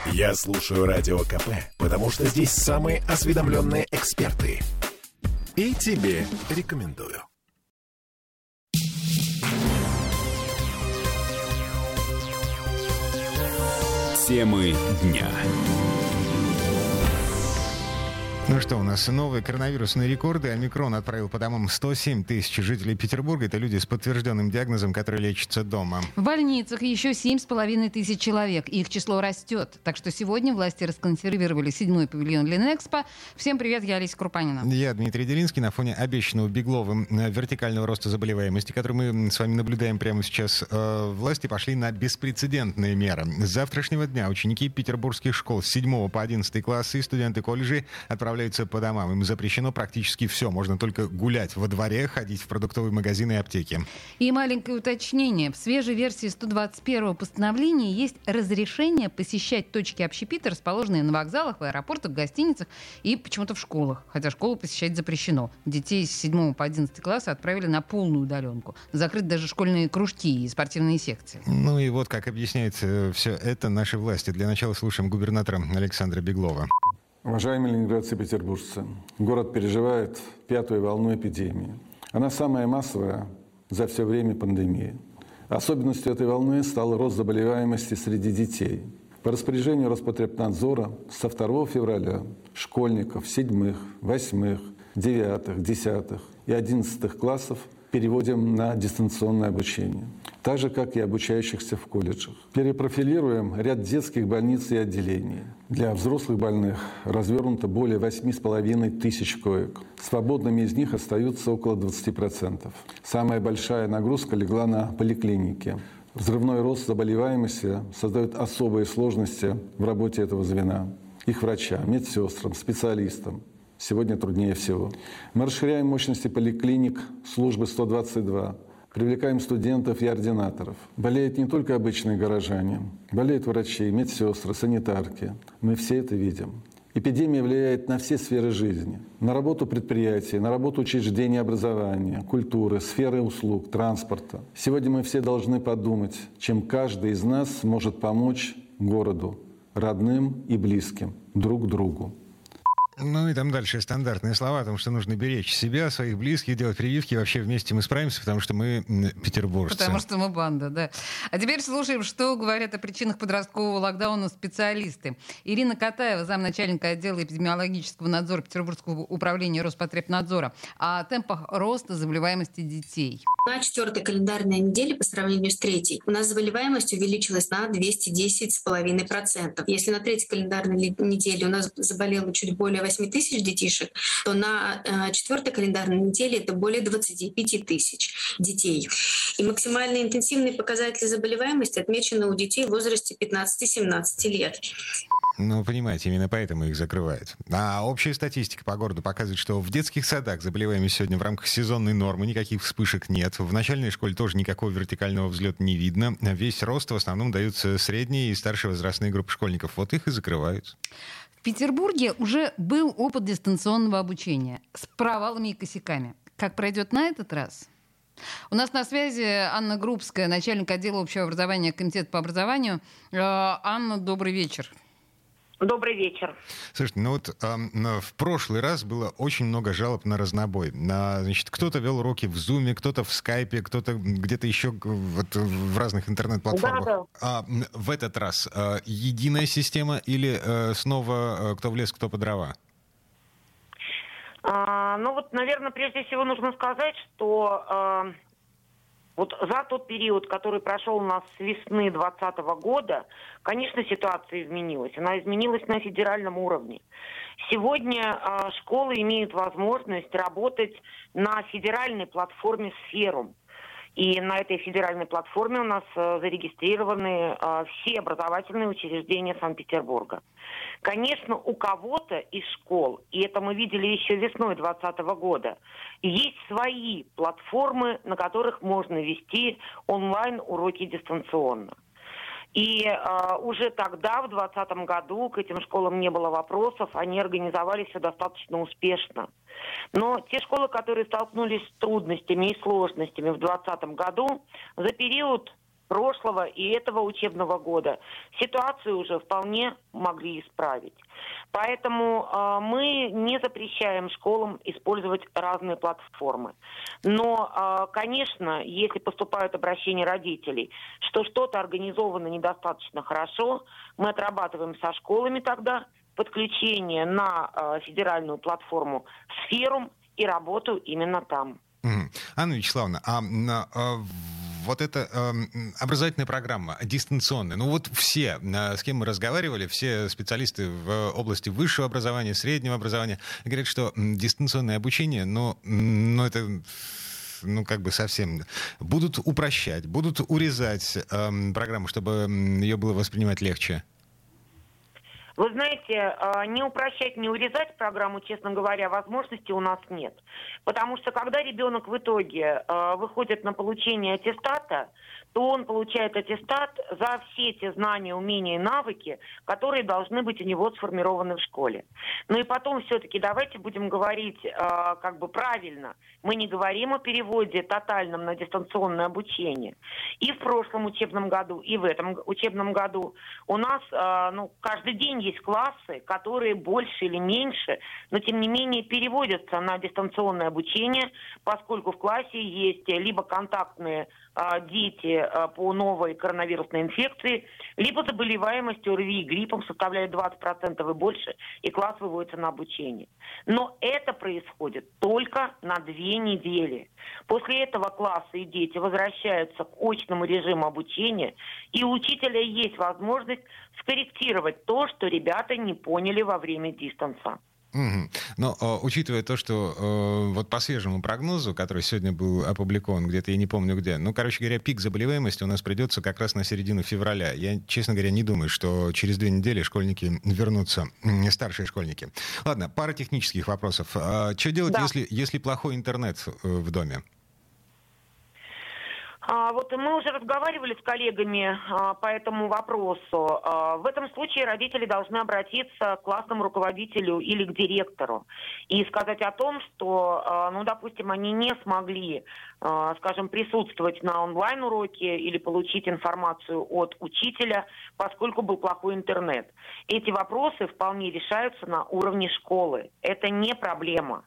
Я слушаю Радио КП, потому что здесь самые осведомленные эксперты. И тебе рекомендую. Темы дня. Ну что, у нас новые коронавирусные рекорды. Омикрон отправил по домам 107 тысяч жителей Петербурга. Это люди с подтвержденным диагнозом, которые лечатся дома. В больницах еще 7,5 тысяч человек. Их число растет. Так что сегодня власти расконсервировали 7-й павильон Ленэкспо. Всем привет, я Олеся Крупанина. Я Дмитрий Делинский. На фоне обещанного Бегловым вертикального роста заболеваемости, который мы с вами наблюдаем прямо сейчас, власти пошли на беспрецедентные меры. С завтрашнего дня ученики петербургских школ с 7 по 11 классы и студенты колледжей отправляются по домам. Им запрещено практически все. Можно только гулять во дворе, ходить в продуктовые магазины и аптеки. И маленькое уточнение. В свежей версии 121-го постановления есть разрешение посещать точки общепита, расположенные на вокзалах, в аэропортах, в гостиницах и почему-то в школах. Хотя школу посещать запрещено. Детей с 7 по 11 класса отправили на полную удаленку. Закрыты даже школьные кружки и спортивные секции. Ну и вот как объясняет все это наши власти. Для начала слушаем губернатора Александра Беглова. Уважаемые ленинградцы и петербуржцы, город переживает 5-ю волну эпидемии. Она самая массовая за все время пандемии. Особенностью этой волны стал рост заболеваемости среди детей. По распоряжению Роспотребнадзора со 2 февраля школьников 7, 8, 9, 10 и 11 классов переводим на дистанционное обучение, так же, как и обучающихся в колледжах. Перепрофилируем ряд детских больниц и отделений. Для взрослых больных развернуто более 8,5 тысяч коек. Свободными из них остаются около 20%. Самая большая нагрузка легла на поликлиники. Взрывной рост заболеваемости создает особые сложности в работе этого звена. Их врачам, медсестрам, специалистам сегодня труднее всего. Мы расширяем мощности поликлиник службы 122. Привлекаем студентов и ординаторов. Болеют не только обычные горожане. Болеют врачи, медсестры, санитарки. Мы все это видим. Эпидемия влияет на все сферы жизни. На работу предприятий, на работу учреждений образования, культуры, сферы услуг, транспорта. Сегодня мы все должны подумать, чем каждый из нас может помочь городу, родным и близким, друг другу. Ну и там дальше стандартные слова о том, что нужно беречь себя, своих близких, делать прививки. Вообще вместе мы справимся, потому что мы петербуржцы. Потому что мы банда, да. А теперь слушаем, что говорят о причинах подросткового локдауна специалисты. Ирина Катаева, замначальника отдела эпидемиологического надзора Петербургского управления Роспотребнадзора, о темпах роста заболеваемости детей. На 4-й календарной неделе по сравнению с 3-й у нас заболеваемость увеличилась на 210,5%. Если на 3-й календарной неделе у нас заболело чуть более 8 тысяч детишек, то на 4-й календарной неделе это более 25 тысяч детей. И максимально интенсивные показатели заболеваемости отмечены у детей в возрасте 15-17 лет. Ну, понимаете, именно поэтому их закрывают. А общая статистика по городу показывает, что в детских садах заболеваемость сегодня в рамках сезонной нормы, никаких вспышек нет. В начальной школе тоже никакого вертикального взлета не видно. Весь рост в основном даются средние и старшие возрастные группы школьников. Вот их и закрывают. В Петербурге уже был опыт дистанционного обучения с провалами и косяками. Как пройдет на этот раз? У нас на связи Анна Грубская, начальник отдела общего образования Комитета по образованию. Анна, добрый вечер. Добрый вечер. Слушайте, ну вот в прошлый раз было очень много жалоб на разнобой. Значит, кто-то вел уроки в Zoom, кто-то в Skype, кто-то где-то еще вот, в разных интернет-платформах. Да. А в этот раз единая система или снова кто в лес, кто по дрова? Ну вот, наверное, прежде всего нужно сказать, что вот за тот период, который прошел у нас с весны 2020 года, конечно, ситуация изменилась. Она изменилась на федеральном уровне. Сегодня школы имеют возможность работать на федеральной платформе «Сферум». И на этой федеральной платформе у нас зарегистрированы все образовательные учреждения Санкт-Петербурга. Конечно, у кого-то из школ, и это мы видели еще весной 2020 года, есть свои платформы, на которых можно вести онлайн-уроки дистанционно. И уже тогда, в 2020 году, к этим школам не было вопросов, они организовали все достаточно успешно. Но те школы, которые столкнулись с трудностями и сложностями в 2020 году, за период прошлого и этого учебного года ситуацию уже вполне могли исправить. Поэтому мы не запрещаем школам использовать разные платформы. Но, конечно, если поступают обращения родителей, что что-то организовано недостаточно хорошо, мы отрабатываем со школами тогда подключение на федеральную платформу «Сферум» и работу именно там. Анна Вячеславовна, вот эта образовательная программа дистанционная, ну вот все, с кем мы разговаривали, все специалисты в области высшего образования, среднего образования, говорят, что дистанционное обучение, но это... как бы совсем будут упрощать, будут урезать программу, чтобы ее было воспринимать легче. Вы знаете, не упрощать, не урезать программу, честно говоря, возможности у нас нет. Потому что когда ребенок в итоге выходит на получение аттестата, то он получает аттестат за все те знания, умения и навыки, которые должны быть у него сформированы в школе. Ну и потом все-таки давайте будем говорить как бы правильно. Мы не говорим о переводе тотальном на дистанционное обучение. И в прошлом учебном году, и в этом учебном году у нас каждый день есть классы, которые больше или меньше, но тем не менее переводятся на дистанционное обучение, поскольку в классе есть либо контактные дети по новой коронавирусной инфекции, либо заболеваемость ОРВИ и гриппом составляет 20% и больше, и класс выводится на обучение. Но это происходит только на 2 недели. После этого классы и дети возвращаются к очному режиму обучения, и у учителя есть возможность скорректировать то, что ребята не поняли во время дистанса. Но учитывая то, что вот по свежему прогнозу, который сегодня был опубликован где-то, я не помню где, короче говоря, пик заболеваемости у нас придется как раз на середину февраля. Я, честно говоря, не думаю, что через 2 недели школьники вернутся, старшие школьники. Ладно, пара технических вопросов. Что делать, если плохой интернет в доме? Вот мы уже разговаривали с коллегами по этому вопросу. В этом случае родители должны обратиться к классному руководителю или к директору и сказать о том, что, допустим, они не смогли, скажем, присутствовать на онлайн-уроке или получить информацию от учителя, поскольку был плохой интернет. Эти вопросы вполне решаются на уровне школы. Это не проблема.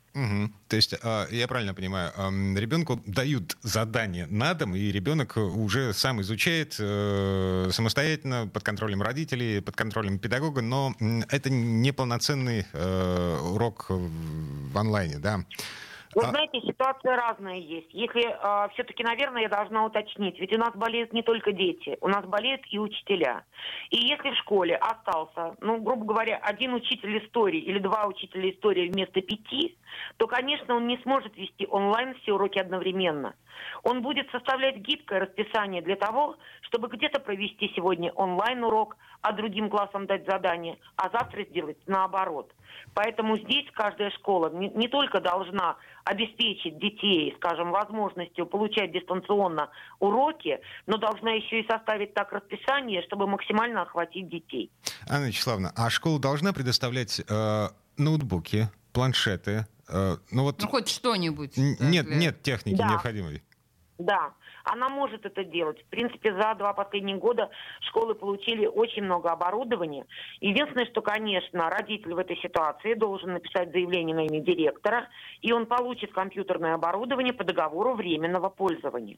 То есть, я правильно понимаю, ребенку дают задание на дом, и ребенок уже сам изучает самостоятельно, под контролем родителей, под контролем педагога, но это не полноценный урок в онлайне, да? Вы знаете, ситуация разная есть. Если все-таки, наверное, я должна уточнить, ведь у нас болеют не только дети, у нас болеют и учителя. И если в школе остался, грубо говоря, 1 учитель истории или 2 учителя истории вместо 5, то, конечно, он не сможет вести онлайн все уроки одновременно. Он будет составлять гибкое расписание для того, чтобы где-то провести сегодня онлайн-урок, а другим классам дать задание, а завтра сделать наоборот. Поэтому здесь каждая школа не только должна обеспечить детей, скажем, возможностью получать дистанционно уроки, но должна еще и составить так расписание, чтобы максимально охватить детей. Анна Вячеславовна, а школа должна предоставлять ноутбуки, планшеты? Хоть что-нибудь. Нет техники необходимой. Да, она может это делать. В принципе, за 2 последних года школы получили очень много оборудования. Единственное, что, конечно, родитель в этой ситуации должен написать заявление на имя директора, и он получит компьютерное оборудование по договору временного пользования.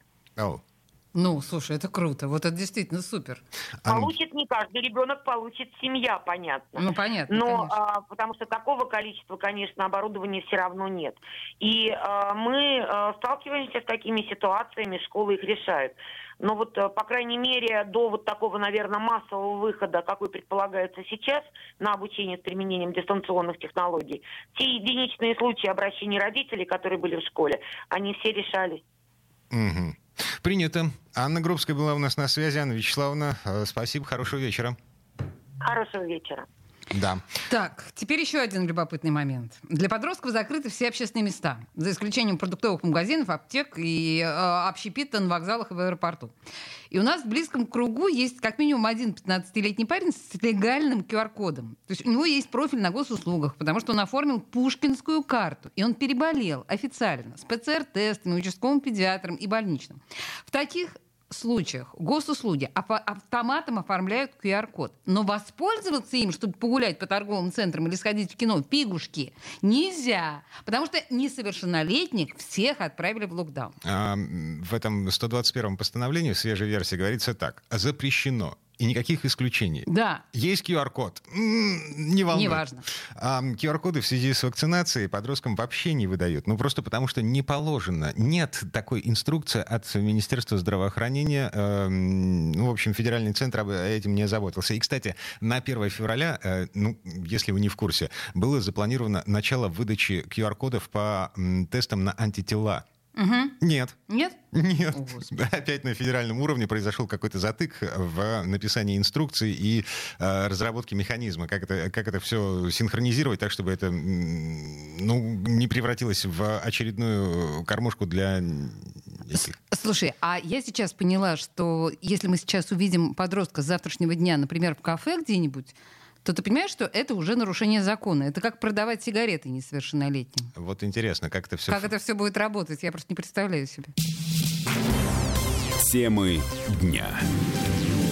Слушай, это круто. Вот это действительно супер. Получит не каждый ребенок, получит семья, понятно. Понятно, но потому что такого количества, конечно, оборудования все равно нет. И мы сталкиваемся с такими ситуациями, школы их решают. Но по крайней мере, до такого, наверное, массового выхода, какой предполагается сейчас, на обучение с применением дистанционных технологий, те единичные случаи обращений родителей, которые были в школе, они все решались. Принято. Анна Грубская была у нас на связи. Анна Вячеславовна, спасибо, хорошего вечера. Хорошего вечера. Да. Так, теперь еще один любопытный момент. Для подростков закрыты все общественные места, за исключением продуктовых магазинов, аптек и общепита на вокзалах и в аэропорту. И у нас в близком кругу есть как минимум 1 15-летний парень с легальным QR-кодом. То есть у него есть профиль на госуслугах, потому что он оформил пушкинскую карту. И он переболел официально с ПЦР-тестами, участковым педиатром и больничным. В таких случаях госуслуги автоматом оформляют QR-код. Но воспользоваться им, чтобы погулять по торговым центрам или сходить в кино, фигушки, нельзя. Потому что несовершеннолетних всех отправили в локдаун. В этом 121-м постановлении в свежей версии говорится так. Запрещено. И никаких исключений. Да. Есть QR-код. Не волнует. Неважно. QR-коды в связи с вакцинацией подросткам вообще не выдают. Ну, просто потому что не положено. Нет такой инструкции от Министерства здравоохранения. В общем, федеральный центр этим не озаботился. И, кстати, на 1 февраля, если вы не в курсе, было запланировано начало выдачи QR-кодов по тестам на антитела. Угу. Нет. Нет? Нет. О, опять на федеральном уровне произошел какой-то затык в написании инструкций и разработке механизма. Как это все синхронизировать так, чтобы это не превратилось в очередную кормушку для... Слушай, а я сейчас поняла, что если мы сейчас увидим подростка с завтрашнего дня, например, в кафе где-нибудь, то ты понимаешь, что это уже нарушение закона. Это как продавать сигареты несовершеннолетним. Вот интересно, как это все... Как это все будет работать, я просто не представляю себе. Темы дня.